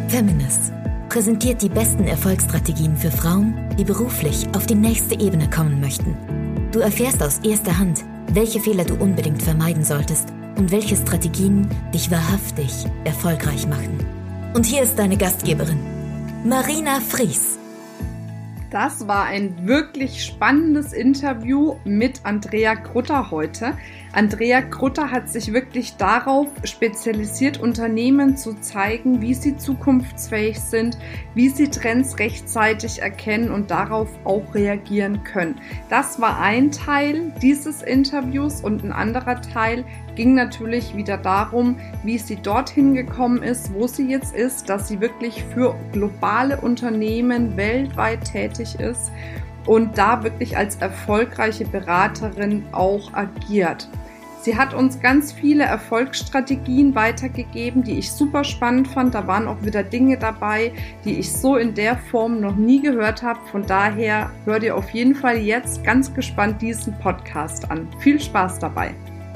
Feminist präsentiert die besten Erfolgsstrategien für Frauen, die beruflich auf die nächste Ebene kommen möchten. Du erfährst aus erster Hand, welche Fehler du unbedingt vermeiden solltest und welche Strategien dich wahrhaftig erfolgreich machen. Und hier ist deine Gastgeberin, Marina Fries. Das war ein wirklich spannendes Interview mit Andrea Grutter heute. Andrea Grutter hat sich wirklich darauf spezialisiert, Unternehmen zu zeigen, wie sie zukunftsfähig sind, wie sie Trends rechtzeitig erkennen und darauf auch reagieren können. Das war ein Teil dieses Interviews und ein anderer Teil ging natürlich wieder darum, wie sie dorthin gekommen ist, wo sie jetzt ist, dass sie wirklich für globale Unternehmen weltweit tätig ist und da wirklich als erfolgreiche Beraterin auch agiert. Sie hat uns ganz viele Erfolgsstrategien weitergegeben, die ich super spannend fand. Da waren auch wieder Dinge dabei, die ich so in der Form noch nie gehört habe. Von daher hört ihr auf jeden Fall jetzt ganz gespannt diesen Podcast an. Viel Spaß dabei!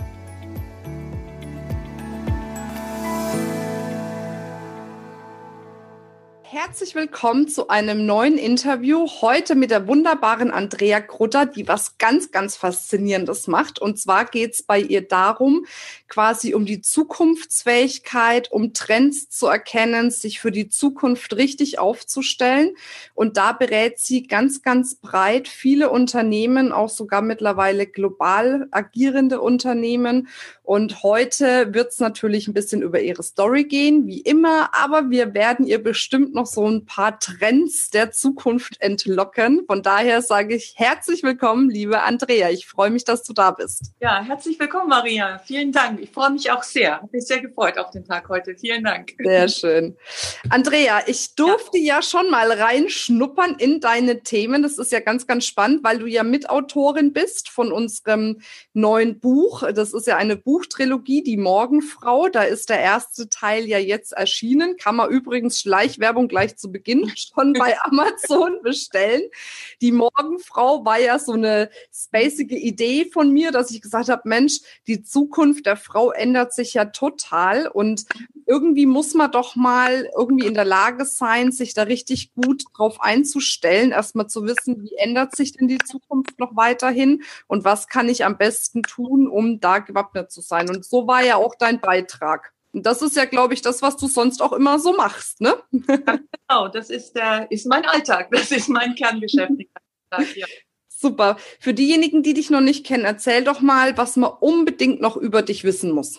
Herzlich willkommen zu einem neuen Interview. Heute mit der wunderbaren Andrea Grutter, die was ganz, ganz Faszinierendes macht. Und zwar geht es bei ihr darum, quasi um die Zukunftsfähigkeit, um Trends zu erkennen, sich für die Zukunft richtig aufzustellen. Und da berät sie ganz, ganz breit viele Unternehmen, auch sogar mittlerweile global agierende Unternehmen. Und heute wird es natürlich ein bisschen über ihre Story gehen, wie immer. Aber wir werden ihr bestimmt noch so ein paar Trends der Zukunft entlocken. Von daher sage ich herzlich willkommen, liebe Andrea. Ich freue mich, dass du da bist. Ja, herzlich willkommen, Maria. Vielen Dank. Ich freue mich auch sehr. Habe mich sehr gefreut auf den Tag heute. Vielen Dank. Sehr schön. Andrea, ich durfte ja schon mal reinschnuppern in deine Themen. Das ist ja ganz, ganz spannend, weil du ja Mitautorin bist von unserem neuen Buch. Das ist ja eine Buchtrilogie, die Morgenfrau. Da ist der erste Teil ja jetzt erschienen. Kann man übrigens Schleichwerbung gleich zu Beginn schon bei Amazon bestellen. Die Morgenfrau war ja so eine spacige Idee von mir, dass ich gesagt habe, Mensch, die Zukunft der Frau ändert sich ja total und irgendwie muss man doch mal irgendwie in der Lage sein, sich da richtig gut drauf einzustellen, erstmal zu wissen, wie ändert sich denn die Zukunft noch weiterhin und was kann ich am besten tun, um da gewappnet zu sein. Und so war ja auch dein Beitrag. Und das ist ja, glaube ich, das, was du sonst auch immer so machst, ne? Genau, das ist mein Alltag, das ist mein Kerngeschäft. Ja. Super. Für diejenigen, die dich noch nicht kennen, erzähl doch mal, was man unbedingt noch über dich wissen muss.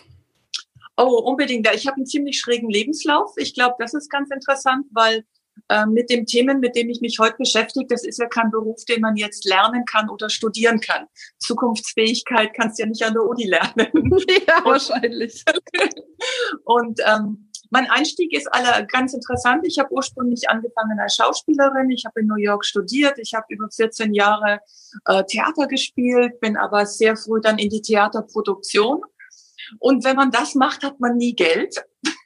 Oh, unbedingt. Ich habe einen ziemlich schrägen Lebenslauf. Ich glaube, das ist ganz interessant, weil mit den Themen, mit denen ich mich heute beschäftige, das ist ja kein Beruf, den man jetzt lernen kann oder studieren kann. Zukunftsfähigkeit kannst du ja nicht an der Uni lernen. Ja, wahrscheinlich. Und mein Einstieg ist ganz interessant. Ich habe ursprünglich angefangen als Schauspielerin. Ich habe in New York studiert. Ich habe über 14 Jahre Theater gespielt, bin aber sehr früh dann in die Theaterproduktion. Und wenn man das macht, hat man nie Geld.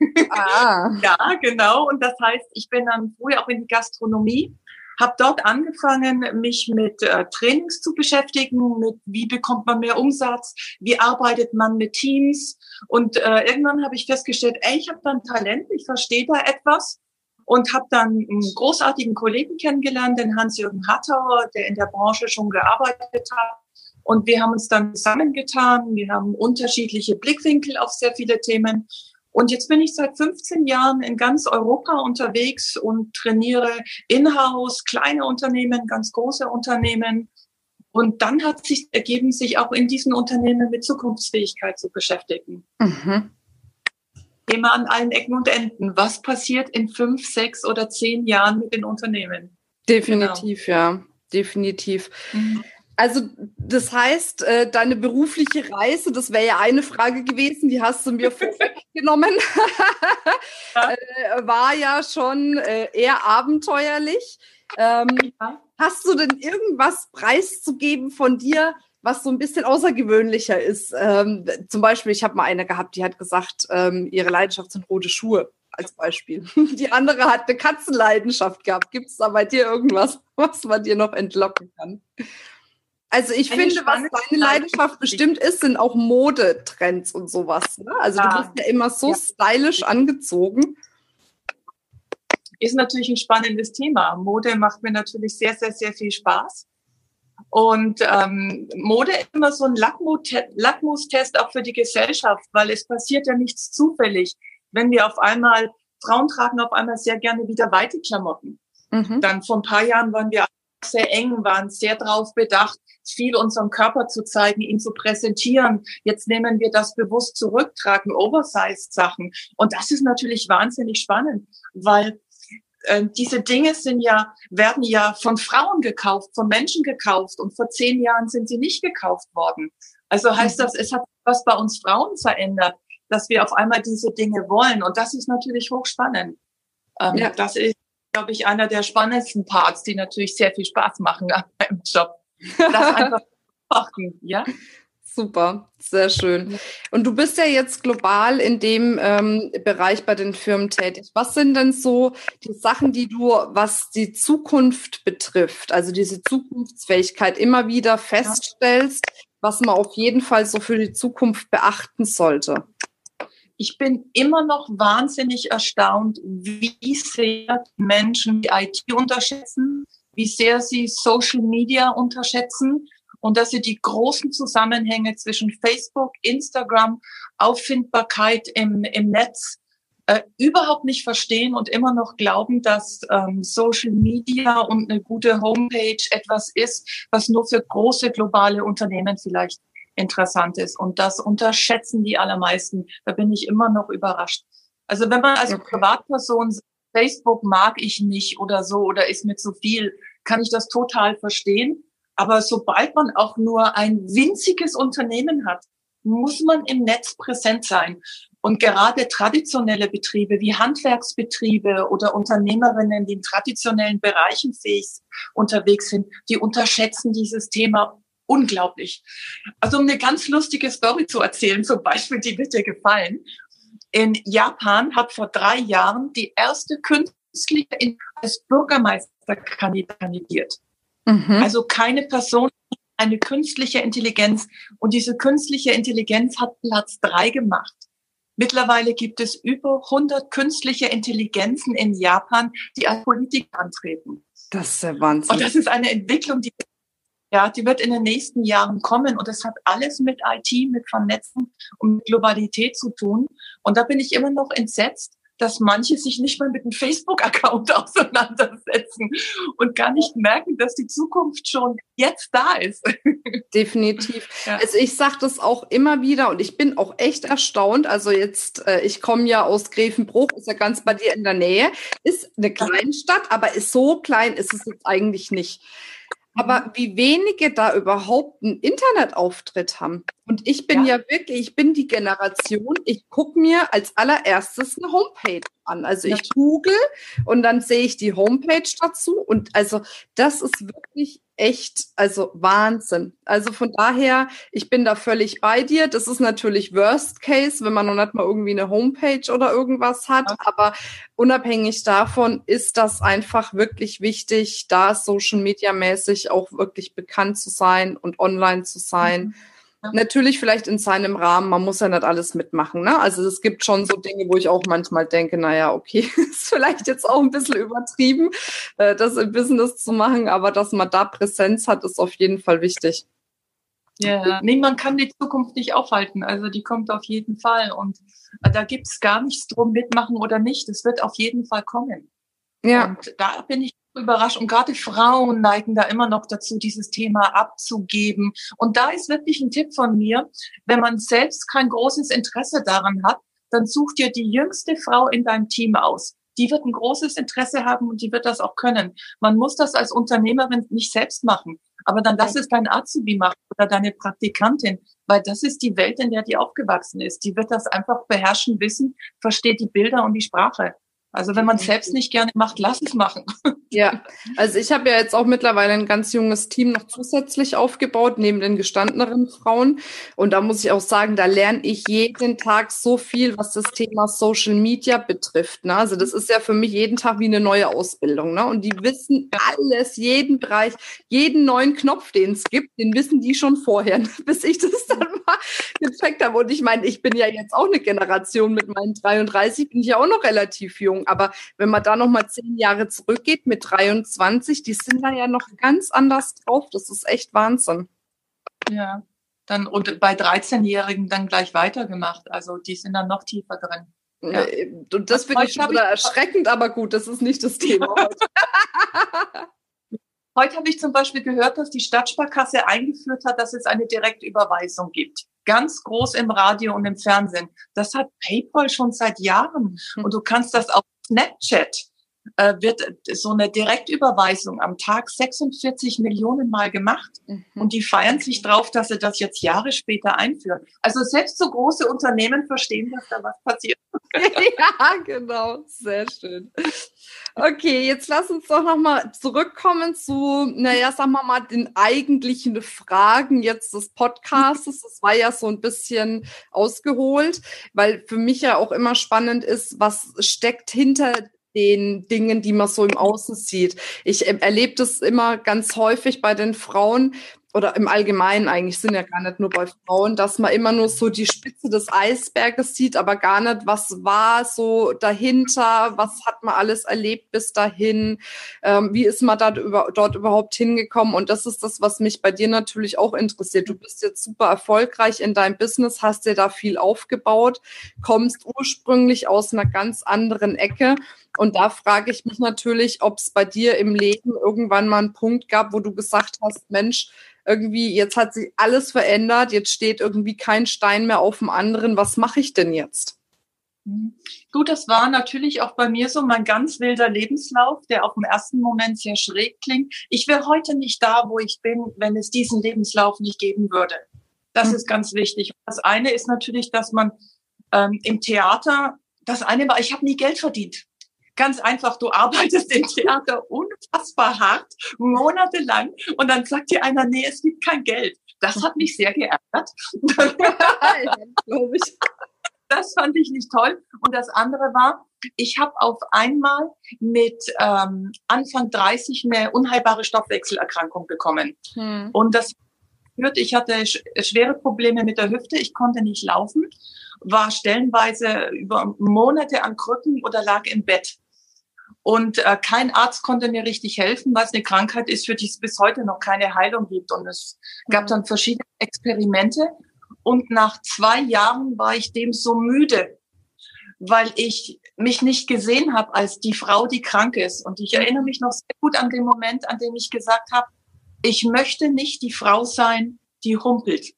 Ah. Ja, genau. Und das heißt, ich bin dann früher auch in die Gastronomie, habe dort angefangen, mich mit Trainings zu beschäftigen, mit wie bekommt man mehr Umsatz, wie arbeitet man mit Teams. Und irgendwann habe ich festgestellt, ich habe da ein Talent, ich verstehe da etwas. Und habe dann einen großartigen Kollegen kennengelernt, den Hans-Jürgen Hattauer, der in der Branche schon gearbeitet hat. Und wir haben uns dann zusammengetan. Wir haben unterschiedliche Blickwinkel auf sehr viele Themen. Und jetzt bin ich seit 15 Jahren in ganz Europa unterwegs und trainiere in-house, kleine Unternehmen, ganz große Unternehmen. Und dann hat sich ergeben, sich auch in diesen Unternehmen mit Zukunftsfähigkeit zu beschäftigen. Mhm. Thema an allen Ecken und Enden. Was passiert in 5, 6 oder 10 Jahren mit den Unternehmen? Definitiv, genau. Ja, definitiv. Mhm. Also das heißt, deine berufliche Reise, das wäre ja eine Frage gewesen, die hast du mir vorweggenommen, war ja schon eher abenteuerlich. Hast du denn irgendwas preiszugeben von dir, was so ein bisschen außergewöhnlicher ist? Zum Beispiel, ich habe mal eine gehabt, die hat gesagt, ihre Leidenschaft sind rote Schuhe. Als Beispiel. Die andere hat eine Katzenleidenschaft gehabt. Gibt es da bei dir irgendwas, was man dir noch entlocken kann? Also ich finde, was deine Leidenschaft bestimmt ist, sind auch Modetrends und sowas. Ne? Also du bist ja immer so stylisch angezogen. ist natürlich ein spannendes Thema. Mode macht mir natürlich sehr, sehr, sehr viel Spaß. Und Mode ist immer so ein Lackmustest auch für die Gesellschaft, weil es passiert ja nichts zufällig. Wenn wir Frauen tragen auf einmal sehr gerne wieder weite Klamotten. Dann vor ein paar Jahren waren wir sehr eng, waren sehr darauf bedacht, viel unseren Körper zu zeigen, ihn zu präsentieren. Jetzt nehmen wir das bewusst zurück, tragen Oversize-Sachen. Und das ist natürlich wahnsinnig spannend, weil diese Dinge werden ja von Frauen gekauft, von Menschen gekauft. Und vor 10 Jahren sind sie nicht gekauft worden. Also heißt das, es hat was bei uns Frauen verändert, dass wir auf einmal diese Dinge wollen. Und das ist natürlich hochspannend. Das ist, glaube ich, einer der spannendsten Parts, die natürlich sehr viel Spaß machen an meinem Job. Das einfach machen, ja. Super, sehr schön. Und du bist ja jetzt global in dem Bereich bei den Firmen tätig. Was sind denn so die Sachen, was die Zukunft betrifft, also diese Zukunftsfähigkeit immer wieder feststellst, was man auf jeden Fall so für die Zukunft beachten sollte? Ich bin immer noch wahnsinnig erstaunt, wie sehr Menschen die IT unterschätzen, wie sehr sie Social Media unterschätzen und dass sie die großen Zusammenhänge zwischen Facebook, Instagram, Auffindbarkeit im Netz überhaupt nicht verstehen und immer noch glauben, dass Social Media und eine gute Homepage etwas ist, was nur für große globale Unternehmen vielleicht interessant ist. Und das unterschätzen die allermeisten. Da bin ich immer noch überrascht. Also wenn man als Privatperson sagt, Facebook mag ich nicht oder so oder ist mir zu viel, kann ich das total verstehen. Aber sobald man auch nur ein winziges Unternehmen hat, muss man im Netz präsent sein. Und gerade traditionelle Betriebe wie Handwerksbetriebe oder Unternehmerinnen, die in traditionellen Bereichen unterwegs sind, die unterschätzen dieses Thema unglaublich. Also um eine ganz lustige Story zu erzählen, zum Beispiel, die wird dir gefallen. In Japan hat vor 3 Jahren die erste künstliche als Bürgermeister kandidiert. Also keine Person, eine künstliche Intelligenz. Und diese künstliche Intelligenz hat Platz 3 gemacht. Mittlerweile gibt es über 100 künstliche Intelligenzen in Japan, die als Politiker antreten. Das ist der Wahnsinn. Und das ist eine Entwicklung, die wird in den nächsten Jahren kommen. Und das hat alles mit IT, mit Vernetzen und mit Globalität zu tun. Und da bin ich immer noch entsetzt, dass manche sich nicht mal mit einem Facebook-Account auseinandersetzen und gar nicht merken, dass die Zukunft schon jetzt da ist. Definitiv. Ja. Also ich sage das auch immer wieder und ich bin auch echt erstaunt. Also jetzt, ich komme ja aus Grevenbruch, ist ja ganz bei dir in der Nähe, ist eine Kleinstadt, aber so klein ist es jetzt eigentlich nicht. Aber wie wenige da überhaupt einen Internetauftritt haben. Und ich bin ich bin die Generation, ich gucke mir als allererstes eine Homepage an. Also ich google und dann sehe ich die Homepage dazu. Und also das ist wirklich echt, also Wahnsinn. Also von daher, ich bin da völlig bei dir. Das ist natürlich Worst Case, wenn man noch nicht mal irgendwie eine Homepage oder irgendwas hat. Aber unabhängig davon ist das einfach wirklich wichtig, da Social Media mäßig auch wirklich bekannt zu sein und online zu sein. Ja. Natürlich vielleicht in seinem Rahmen, man muss ja nicht alles mitmachen, ne? Also es gibt schon so Dinge, wo ich auch manchmal denke, naja, okay, ist vielleicht jetzt auch ein bisschen übertrieben, das im Business zu machen, aber dass man da Präsenz hat, ist auf jeden Fall wichtig. Ja, nee, man kann die Zukunft nicht aufhalten, also die kommt auf jeden Fall und da gibt's gar nichts drum, mitmachen oder nicht, es wird auf jeden Fall kommen. Ja. Und da bin ich überrascht. Und gerade Frauen neigen da immer noch dazu, dieses Thema abzugeben. Und da ist wirklich ein Tipp von mir, wenn man selbst kein großes Interesse daran hat, dann such dir die jüngste Frau in deinem Team aus. Die wird ein großes Interesse haben und die wird das auch können. Man muss das als Unternehmerin nicht selbst machen. Aber dann lass es dein Azubi machen oder deine Praktikantin, weil das ist die Welt, in der die aufgewachsen ist. Die wird das einfach beherrschen, wissen, versteht die Bilder und die Sprache. Also wenn man es selbst nicht gerne macht, lass es machen. Ja, also ich habe ja jetzt auch mittlerweile ein ganz junges Team noch zusätzlich aufgebaut, neben den gestandeneren Frauen. Und da muss ich auch sagen, da lerne ich jeden Tag so viel, was das Thema Social Media betrifft. Ne? Also das ist ja für mich jeden Tag wie eine neue Ausbildung. Ne? Und die wissen alles, jeden Bereich, jeden neuen Knopf, den es gibt, den wissen die schon vorher, bis ich das dann mal gecheckt habe. Und ich meine, ich bin ja jetzt auch eine Generation mit meinen 33, bin ich ja auch noch relativ jung. Aber wenn man da noch mal 10 Jahre zurückgeht mit 23, die sind da ja noch ganz anders drauf. Das ist echt Wahnsinn. Ja, dann und bei 13-Jährigen dann gleich weitergemacht. Also die sind dann noch tiefer drin. Ja. Und das finde ich schon wieder erschreckend, aber gut, das ist nicht das Thema heute. Heute habe ich zum Beispiel gehört, dass die Stadtsparkasse eingeführt hat, dass es eine Direktüberweisung gibt. Ganz groß im Radio und im Fernsehen. Das hat PayPal schon seit Jahren. Und du kannst das auf Snapchat. Wird so eine Direktüberweisung am Tag 46 Millionen Mal gemacht. Und die feiern sich drauf, dass sie das jetzt Jahre später einführen. Also selbst so große Unternehmen verstehen, dass da was passiert. Ja, genau. Sehr schön. Okay, jetzt lass uns doch nochmal zurückkommen zu, sagen wir mal, den eigentlichen Fragen jetzt des Podcasts. Das war ja so ein bisschen ausgeholt, weil für mich ja auch immer spannend ist, was steckt hinter den Dingen, die man so im Außen sieht. Ich erlebe das immer ganz häufig bei den Frauen oder im Allgemeinen eigentlich, sind ja gar nicht nur bei Frauen, dass man immer nur so die Spitze des Eisberges sieht, aber gar nicht, was war so dahinter, was hat man alles erlebt bis dahin, wie ist man dort überhaupt hingekommen, und das ist das, was mich bei dir natürlich auch interessiert. Du bist jetzt super erfolgreich in deinem Business, hast dir da viel aufgebaut, kommst ursprünglich aus einer ganz anderen Ecke. Und da frage ich mich natürlich, ob es bei dir im Leben irgendwann mal einen Punkt gab, wo du gesagt hast, Mensch, irgendwie, jetzt hat sich alles verändert, jetzt steht irgendwie kein Stein mehr auf dem anderen, was mache ich denn jetzt? Gut, das war natürlich auch bei mir so mein ganz wilder Lebenslauf, der auf dem ersten Moment sehr schräg klingt. Ich wäre heute nicht da, wo ich bin, wenn es diesen Lebenslauf nicht geben würde. Das ist ganz wichtig. Das eine ist natürlich, dass man im Theater, das eine war, ich habe nie Geld verdient. Ganz einfach, du arbeitest im Theater unfassbar hart, monatelang, und dann sagt dir einer, nee, es gibt kein Geld. Das hat mich sehr geärgert. Ja, glaube ich. Das fand ich nicht toll. Und das andere war, ich habe auf einmal mit Anfang 30 eine unheilbare Stoffwechselerkrankung bekommen. Und das führte, ich hatte schwere Probleme mit der Hüfte, ich konnte nicht laufen, war stellenweise über Monate an Krücken oder lag im Bett. Und kein Arzt konnte mir richtig helfen, weil es eine Krankheit ist, für die es bis heute noch keine Heilung gibt. Und es gab dann verschiedene Experimente. Und nach 2 Jahren war ich dem so müde, weil ich mich nicht gesehen habe als die Frau, die krank ist. Und ich erinnere mich noch sehr gut an den Moment, an dem ich gesagt habe, ich möchte nicht die Frau sein, die humpelt.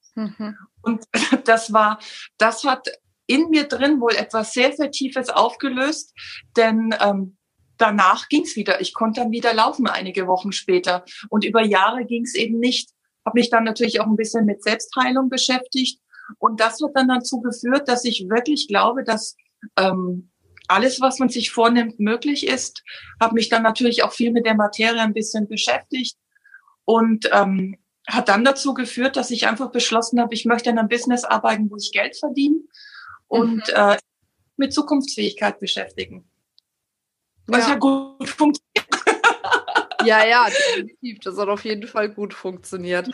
Und das hat in mir drin wohl etwas sehr, sehr Tiefes aufgelöst, denn danach ging's wieder. Ich konnte dann wieder laufen einige Wochen später. Und über Jahre ging's eben nicht. Habe mich dann natürlich auch ein bisschen mit Selbstheilung beschäftigt. Und das hat dann dazu geführt, dass ich wirklich glaube, dass alles, was man sich vornimmt, möglich ist. Habe mich dann natürlich auch viel mit der Materie ein bisschen beschäftigt. Und hat dann dazu geführt, dass ich einfach beschlossen habe, ich möchte in einem Business arbeiten, wo ich Geld verdiene und mit Zukunftsfähigkeit beschäftigen. Was ja gut funktioniert. Ja, definitiv. Das hat auf jeden Fall gut funktioniert.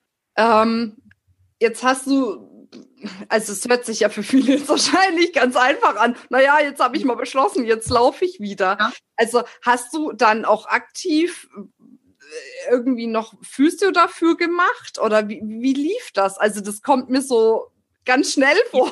Jetzt hast du, also es hört sich ja für viele jetzt wahrscheinlich ganz einfach an. Naja, jetzt habe ich mal beschlossen, jetzt laufe ich wieder. Ja. Also hast du dann auch aktiv irgendwie noch Physio dafür gemacht? Oder wie lief das? Also das kommt mir so ganz schnell vor.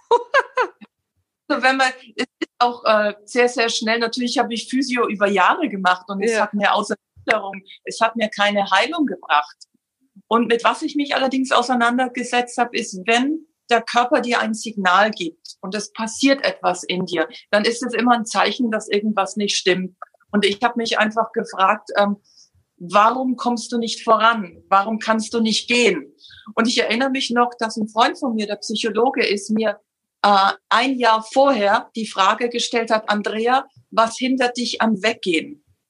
Also es ist auch sehr, sehr schnell. Natürlich habe ich Physio über Jahre gemacht und es hat mir außer Linderung, es hat mir keine Heilung gebracht. Und mit was ich mich allerdings auseinandergesetzt habe, ist, wenn der Körper dir ein Signal gibt und es passiert etwas in dir, dann ist es immer ein Zeichen, dass irgendwas nicht stimmt. Und ich habe mich einfach gefragt, warum kommst du nicht voran? Warum kannst du nicht gehen? Und ich erinnere mich noch, dass ein Freund von mir, der Psychologe ist, mir 1 Jahr vorher die Frage gestellt hat, Andrea, was hindert dich am Weggehen?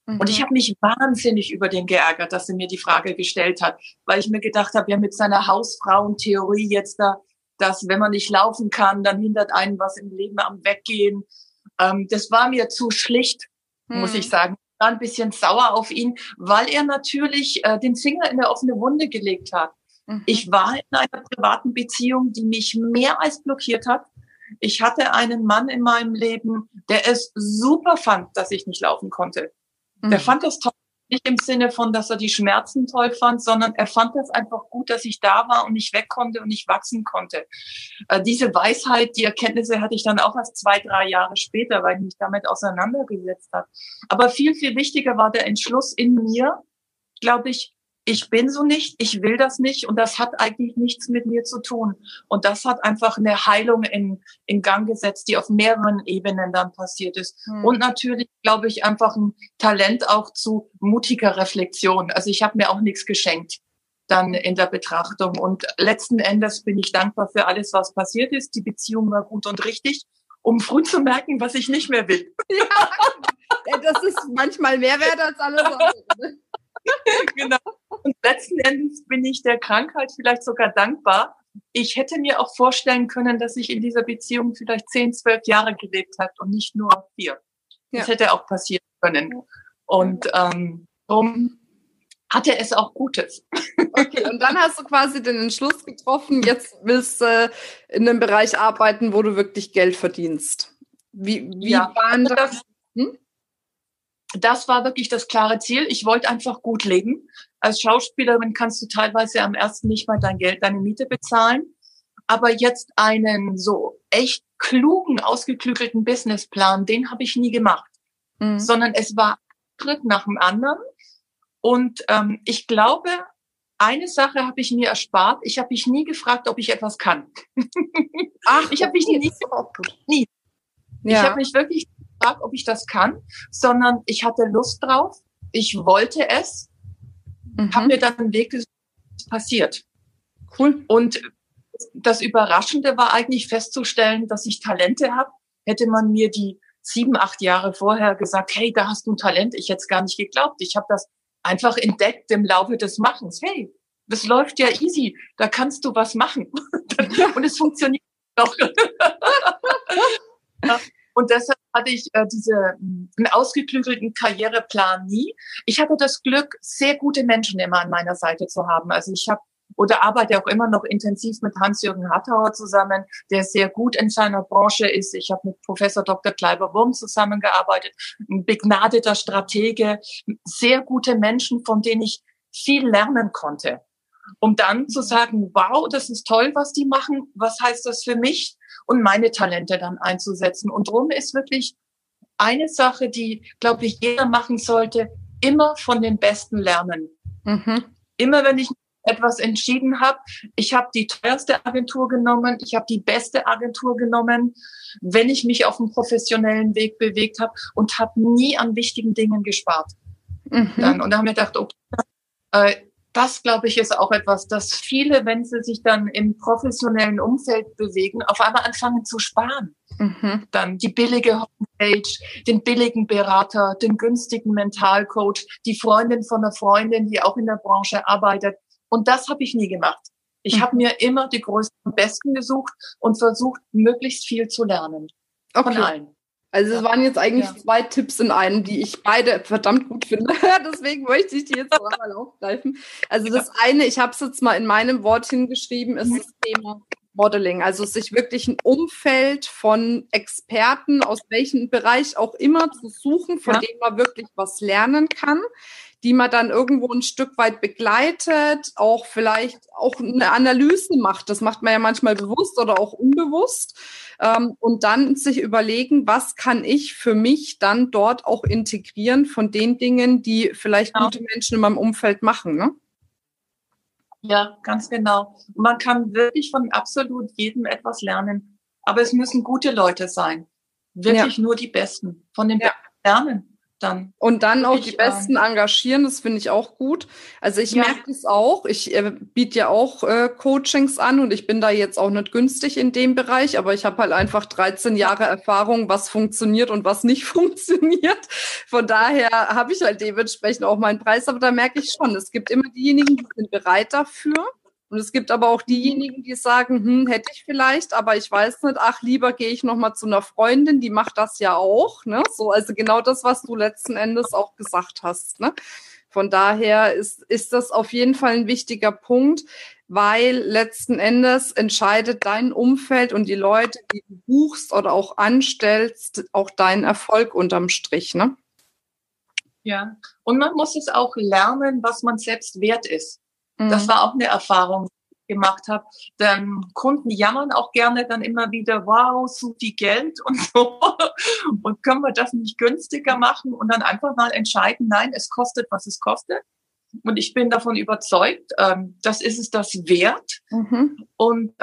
Und ich habe mich wahnsinnig über den geärgert, dass er mir die Frage gestellt hat, weil ich mir gedacht habe, ja, mit seiner Hausfrauentheorie jetzt da, dass wenn man nicht laufen kann, dann hindert einen was im Leben am Weggehen. Das war mir zu schlicht, muss ich sagen. Ich war ein bisschen sauer auf ihn, weil er natürlich den Finger in der offene Wunde gelegt hat. Ich war in einer privaten Beziehung, die mich mehr als blockiert hat. Ich hatte einen Mann in meinem Leben, der es super fand, dass ich nicht laufen konnte. Der fand das toll, nicht im Sinne von, dass er die Schmerzen toll fand, sondern er fand es einfach gut, dass ich da war und nicht weg konnte und nicht wachsen konnte. Diese Weisheit, die Erkenntnisse hatte ich dann auch erst 2-3 Jahre später, weil ich mich damit auseinandergesetzt habe. Aber viel, viel wichtiger war der Entschluss in mir, glaube ich bin so nicht, ich will das nicht und das hat eigentlich nichts mit mir zu tun. Und das hat einfach eine Heilung in Gang gesetzt, die auf mehreren Ebenen dann passiert ist. Und natürlich, glaube ich, einfach ein Talent auch zu mutiger Reflexion. Also ich habe mir auch nichts geschenkt dann in der Betrachtung. Und letzten Endes bin ich dankbar für alles, was passiert ist. Die Beziehung war gut und richtig, um früh zu merken, was ich nicht mehr will. Ja, das ist manchmal mehr wert als alles andere. Genau. Und letzten Endes bin ich der Krankheit vielleicht sogar dankbar. Ich hätte mir auch vorstellen können, dass ich in dieser Beziehung vielleicht 10, 12 Jahre gelebt habe und nicht nur 4. Das hätte auch passieren können. Und darum hatte es auch Gutes. Okay, und dann hast du quasi den Entschluss getroffen, jetzt willst du in einem Bereich arbeiten, wo du wirklich Geld verdienst. Wie waren das? Das war wirklich das klare Ziel. Ich wollte einfach gut leben. Als Schauspielerin kannst du teilweise am ersten nicht mal deine Miete bezahlen. Aber jetzt einen so echt klugen, ausgeklügelten Businessplan, den habe ich nie gemacht. Sondern es war ein Schritt nach dem anderen. Und ich glaube, eine Sache habe ich mir erspart. Ich habe mich nie gefragt, ob ich etwas kann. Ich habe mich nie gefragt. Nie. Ja. Ich habe mich wirklich gefragt, ob ich das kann, sondern ich hatte Lust drauf. Ich wollte es. Habe mir dann einen Weg gesucht, was passiert. Cool. Und das Überraschende war eigentlich festzustellen, dass ich Talente habe. Hätte man mir die 7, 8 Jahre vorher gesagt, hey, da hast du ein Talent, ich hätte es gar nicht geglaubt. Ich habe das einfach entdeckt im Laufe des Machens. Hey, das läuft ja easy, da kannst du was machen. Und es funktioniert doch. Und deshalb hatte ich einen ausgeklügelten Karriereplan nie. Ich hatte das Glück, sehr gute Menschen immer an meiner Seite zu haben. Also ich arbeite auch immer noch intensiv mit Hans-Jürgen Hartauer zusammen, der sehr gut in seiner Branche ist. Ich habe mit Professor Dr. Kleiber-Wurm zusammengearbeitet, ein begnadeter Stratege, sehr gute Menschen, von denen ich viel lernen konnte. Um dann zu sagen, wow, das ist toll, was die machen, was heißt das für mich? Und meine Talente dann einzusetzen. Und darum ist wirklich eine Sache, die, glaube ich, jeder machen sollte, immer von den Besten lernen. Immer wenn ich etwas entschieden habe, ich habe die teuerste Agentur genommen, ich habe die beste Agentur genommen, wenn ich mich auf einem professionellen Weg bewegt habe und habe nie an wichtigen Dingen gespart. Und da haben wir gedacht, okay, das, glaube ich, ist auch etwas, dass viele, wenn sie sich dann im professionellen Umfeld bewegen, auf einmal anfangen zu sparen. Dann die billige Homepage, den billigen Berater, den günstigen Mentalcoach, die Freundin von einer Freundin, die auch in der Branche arbeitet. Und das habe ich nie gemacht. Ich habe mir immer die größten und besten gesucht und versucht, möglichst viel zu lernen. Von allen. Also es waren jetzt eigentlich 2 Tipps in einem, die ich beide verdammt gut finde. Deswegen möchte ich die jetzt noch einmal aufgreifen. Also das eine, ich habe es jetzt mal in meinem Wort hingeschrieben, ist das Thema Modeling. Also sich wirklich ein Umfeld von Experten, aus welchem Bereich auch immer, zu suchen, von dem man wirklich was lernen kann, die man dann irgendwo ein Stück weit begleitet, auch vielleicht auch eine Analyse macht. Das macht man ja manchmal bewusst oder auch unbewusst. Und dann sich überlegen, was kann ich für mich dann dort auch integrieren von den Dingen, die vielleicht gute Menschen in meinem Umfeld machen, ne? Ja, ganz genau. Man kann wirklich von absolut jedem etwas lernen. Aber es müssen gute Leute sein. Wirklich nur die Besten. Von den Besten lernen. dann. Und dann auch die Besten engagieren, das finde ich auch gut. Also ich merke das auch. Ich biete ja auch Coachings an und ich bin da jetzt auch nicht günstig in dem Bereich, aber ich habe halt einfach 13 Jahre Erfahrung, was funktioniert und was nicht funktioniert. Von daher habe ich halt dementsprechend auch meinen Preis. Aber da merke ich schon, es gibt immer diejenigen, die sind bereit dafür. Und es gibt aber auch diejenigen, die sagen, hätte ich vielleicht, aber ich weiß nicht, ach, lieber gehe ich nochmal zu einer Freundin, die macht das ja auch, ne? So, also genau das, was du letzten Endes auch gesagt hast, ne? Von daher ist das auf jeden Fall ein wichtiger Punkt, weil letzten Endes entscheidet dein Umfeld und die Leute, die du buchst oder auch anstellst, auch deinen Erfolg unterm Strich, ne? Ja, und man muss es auch lernen, was man selbst wert ist. Das war auch eine Erfahrung, die ich gemacht habe. Denn Kunden jammern auch gerne dann immer wieder, wow, so viel Geld und so. Und können wir das nicht günstiger machen? Und dann einfach mal entscheiden, nein, es kostet, was es kostet. Und ich bin davon überzeugt, das ist es das wert. Und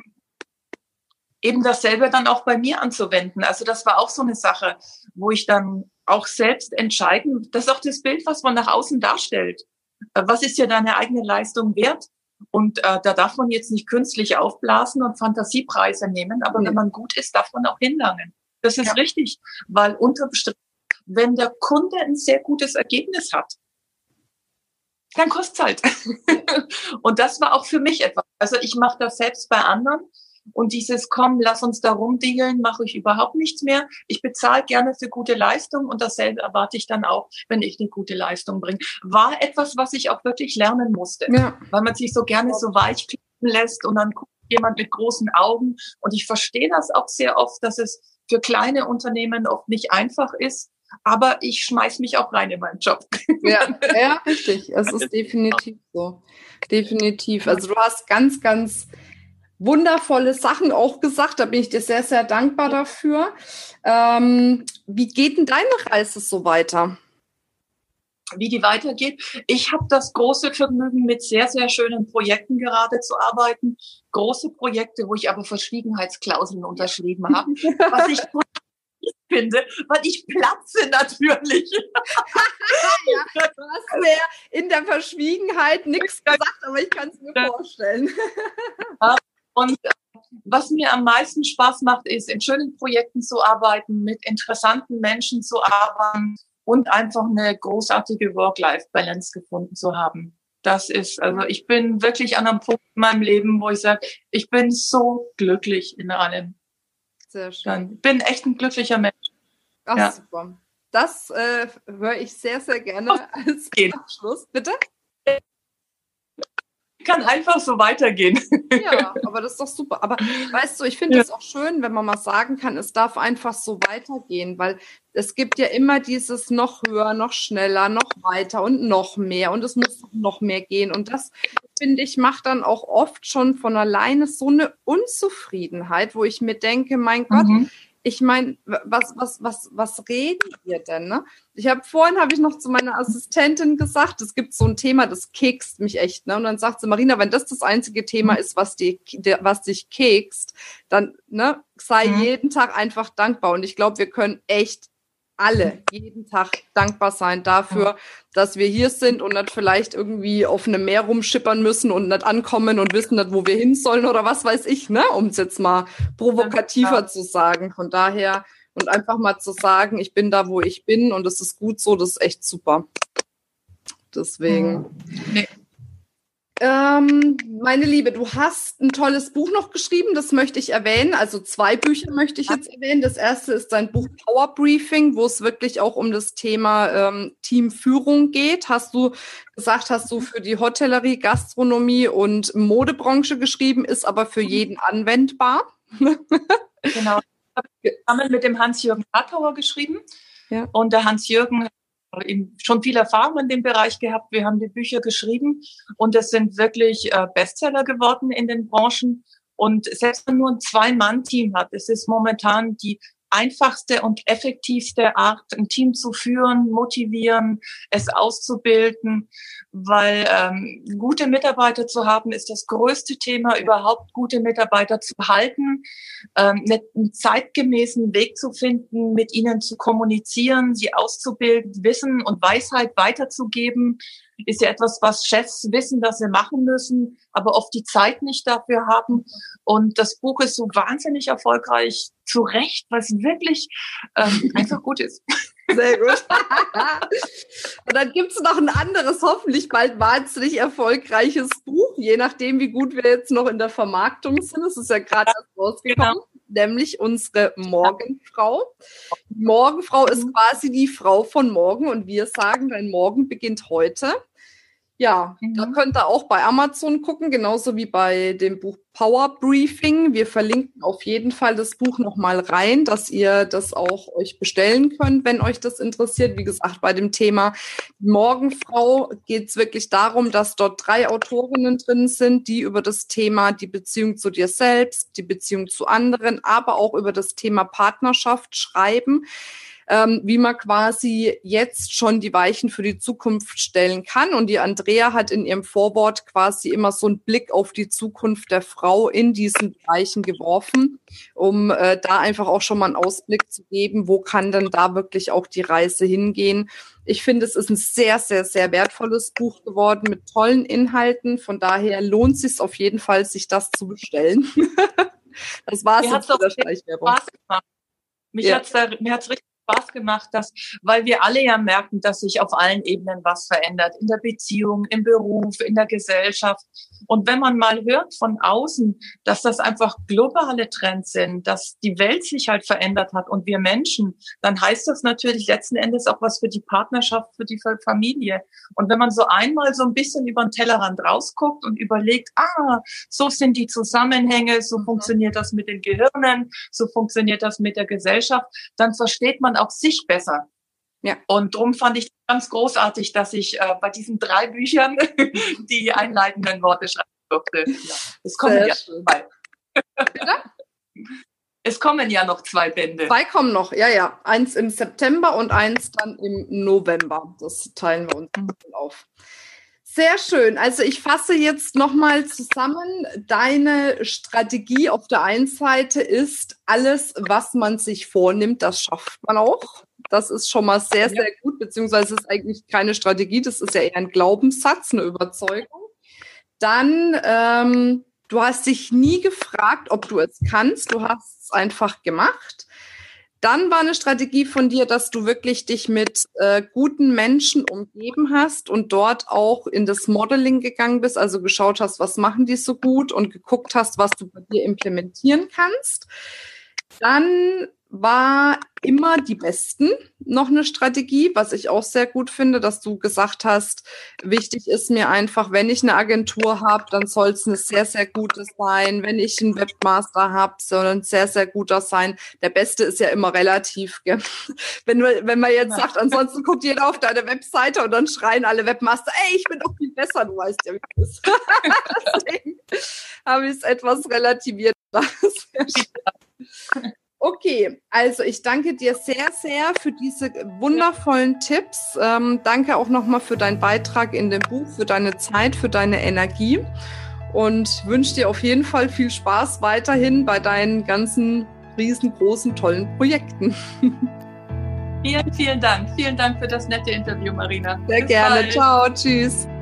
eben dasselbe dann auch bei mir anzuwenden. Also das war auch so eine Sache, wo ich dann auch selbst entscheiden, das ist auch das Bild, was man nach außen darstellt. Was ist ja deine eigene Leistung wert? Und da darf man jetzt nicht künstlich aufblasen und Fantasiepreise nehmen, aber wenn man gut ist, darf man auch hinlangen. Das ist richtig, weil unterm Strich, wenn der Kunde ein sehr gutes Ergebnis hat, dann kostet es halt. Und das war auch für mich etwas. Also ich mache das selbst bei anderen. Und dieses, komm, lass uns da rumdealen, mache ich überhaupt nichts mehr. Ich bezahle gerne für gute Leistung und dasselbe erwarte ich dann auch, wenn ich eine gute Leistung bringe. War etwas, was ich auch wirklich lernen musste, weil man sich so gerne so weich klicken lässt und dann guckt jemand mit großen Augen. Und ich verstehe das auch sehr oft, dass es für kleine Unternehmen oft nicht einfach ist. Aber ich schmeiß mich auch rein in meinen Job. Ja, richtig. Es ist definitiv so. Definitiv. Also du hast ganz, ganz wundervolle Sachen auch gesagt. Da bin ich dir sehr, sehr dankbar dafür. Wie geht denn deine Reise so weiter? Wie die weitergeht? Ich habe das große Vergnügen, mit sehr, sehr schönen Projekten gerade zu arbeiten. Große Projekte, wo ich aber Verschwiegenheitsklauseln unterschrieben habe. Was ich finde, weil ich platze natürlich. Ja, du hast mir in der Verschwiegenheit nichts gesagt, aber ich kann es mir vorstellen. Und was mir am meisten Spaß macht, ist, in schönen Projekten zu arbeiten, mit interessanten Menschen zu arbeiten und einfach eine großartige Work-Life-Balance gefunden zu haben. Das ist, also ich bin wirklich an einem Punkt in meinem Leben, wo ich sage, ich bin so glücklich in allem. Sehr schön. Ich bin echt ein glücklicher Mensch. Ach, super. Das höre ich sehr, sehr gerne als Abschluss. Bitte? Kann einfach so weitergehen. Ja, aber das ist doch super. Aber weißt du, ich finde es auch schön, wenn man mal sagen kann, es darf einfach so weitergehen, weil es gibt ja immer dieses noch höher, noch schneller, noch weiter und noch mehr und es muss noch mehr gehen. Und das, finde ich, macht dann auch oft schon von alleine so eine Unzufriedenheit, wo ich mir denke, mein Gott, ich meine, was reden wir denn? Ne? Vorhin habe ich noch zu meiner Assistentin gesagt, es gibt so ein Thema, das kekst mich echt. Ne? Und dann sagt sie, Marina, wenn das einzige Thema ist, was dich kekst, dann sei jeden Tag einfach dankbar. Und ich glaube, wir können echt alle jeden Tag dankbar sein dafür, dass wir hier sind und nicht vielleicht irgendwie auf einem Meer rumschippern müssen und nicht ankommen und wissen nicht, wo wir hin sollen oder was weiß ich, ne? Um es jetzt mal provokativer zu sagen. Von daher und einfach mal zu sagen, ich bin da, wo ich bin und es ist gut so, das ist echt super. Deswegen. Meine Liebe, du hast ein tolles Buch noch geschrieben, das möchte ich erwähnen. Also 2 Bücher möchte ich jetzt erwähnen. Das erste ist dein Buch Power Briefing, wo es wirklich auch um das Thema Teamführung geht. Hast du für die Hotellerie, Gastronomie und Modebranche geschrieben, ist aber für jeden anwendbar. Genau. Ich habe zusammen mit dem Hans-Jürgen Hartauer geschrieben. Ja. Und der Hans-Jürgen hat schon viel Erfahrung in dem Bereich gehabt. Wir haben die Bücher geschrieben und es sind wirklich Bestseller geworden in den Branchen. Und selbst wenn man nur ein 2-Mann-Team hat, es ist momentan die einfachste und effektivste Art, ein Team zu führen, motivieren, es auszubilden, weil gute Mitarbeiter zu haben, ist das größte Thema, überhaupt gute Mitarbeiter zu halten, einen zeitgemäßen Weg zu finden, mit ihnen zu kommunizieren, sie auszubilden, Wissen und Weisheit weiterzugeben, ist ja etwas, was Chefs wissen, dass sie machen müssen, aber oft die Zeit nicht dafür haben. Und das Buch ist so wahnsinnig erfolgreich, zu Recht, was wirklich einfach gut ist. Sehr gut. Und dann gibt's noch ein anderes, hoffentlich bald wahnsinnig erfolgreiches Buch, je nachdem, wie gut wir jetzt noch in der Vermarktung sind. Es ist ja gerade erst rausgekommen, nämlich unsere Morgenfrau. Die Morgenfrau ist quasi die Frau von morgen und wir sagen, dein Morgen beginnt heute. Ja, da könnt ihr auch bei Amazon gucken, genauso wie bei dem Buch Power Briefing. Wir verlinken auf jeden Fall das Buch nochmal rein, dass ihr das auch euch bestellen könnt, wenn euch das interessiert. Wie gesagt, bei dem Thema Morgenfrau geht es wirklich darum, dass dort 3 Autorinnen drin sind, die über das Thema die Beziehung zu dir selbst, die Beziehung zu anderen, aber auch über das Thema Partnerschaft schreiben. Wie man quasi jetzt schon die Weichen für die Zukunft stellen kann. Und die Andrea hat in ihrem Vorwort quasi immer so einen Blick auf die Zukunft der Frau in diesen Bereichen geworfen, um da einfach auch schon mal einen Ausblick zu geben, wo kann denn da wirklich auch die Reise hingehen. Ich finde, es ist ein sehr, sehr, sehr wertvolles Buch geworden mit tollen Inhalten. Von daher lohnt es sich auf jeden Fall, sich das zu bestellen. Das war es jetzt mit der Schleichwerbung. Mir hat's richtig Spaß gemacht, weil wir alle ja merken, dass sich auf allen Ebenen was verändert. In der Beziehung, im Beruf, in der Gesellschaft. Und wenn man mal hört von außen, dass das einfach globale Trends sind, dass die Welt sich halt verändert hat und wir Menschen, dann heißt das natürlich letzten Endes auch was für die Partnerschaft, für die Familie. Und wenn man so einmal so ein bisschen über den Tellerrand rausguckt und überlegt, so sind die Zusammenhänge, so funktioniert das mit den Gehirnen, so funktioniert das mit der Gesellschaft, dann versteht man auch sich besser. Ja. Und darum fand ich ganz großartig, dass ich bei diesen 3 Büchern die einleitenden Worte schreiben durfte. Ja. Es kommen ja 2. Bitte? Es kommen ja noch 2 Bände. 2 kommen noch, ja. 1 im September und 1 dann im November. Das teilen wir uns auf. Sehr schön. Also ich fasse jetzt nochmal zusammen. Deine Strategie auf der einen Seite ist, alles, was man sich vornimmt, das schafft man auch. Das ist schon mal sehr, sehr gut, beziehungsweise ist eigentlich keine Strategie, das ist ja eher ein Glaubenssatz, eine Überzeugung. Dann, du hast dich nie gefragt, ob du es kannst, du hast es einfach gemacht. Dann war eine Strategie von dir, dass du wirklich dich mit guten Menschen umgeben hast und dort auch in das Modeling gegangen bist, also geschaut hast, was machen die so gut und geguckt hast, was du bei dir implementieren kannst. Dann war immer die Besten noch eine Strategie, was ich auch sehr gut finde, dass du gesagt hast, wichtig ist mir einfach, wenn ich eine Agentur habe, dann soll es eine sehr, sehr gute sein. Wenn ich einen Webmaster habe, soll ein sehr, sehr guter sein. Der Beste ist ja immer relativ. Gell? Wenn man jetzt sagt, ansonsten guckt jeder auf deine Webseite und dann schreien alle Webmaster, ey, ich bin doch viel besser, du weißt ja, wie das ist. Deswegen habe ich es etwas relativiert. Okay, also ich danke dir sehr, sehr für diese wundervollen Tipps. Danke auch nochmal für deinen Beitrag in dem Buch, für deine Zeit, für deine Energie und wünsche dir auf jeden Fall viel Spaß weiterhin bei deinen ganzen riesengroßen, tollen Projekten. Vielen, vielen Dank. Vielen Dank für das nette Interview, Marina. Sehr gerne. Bald. Ciao, tschüss.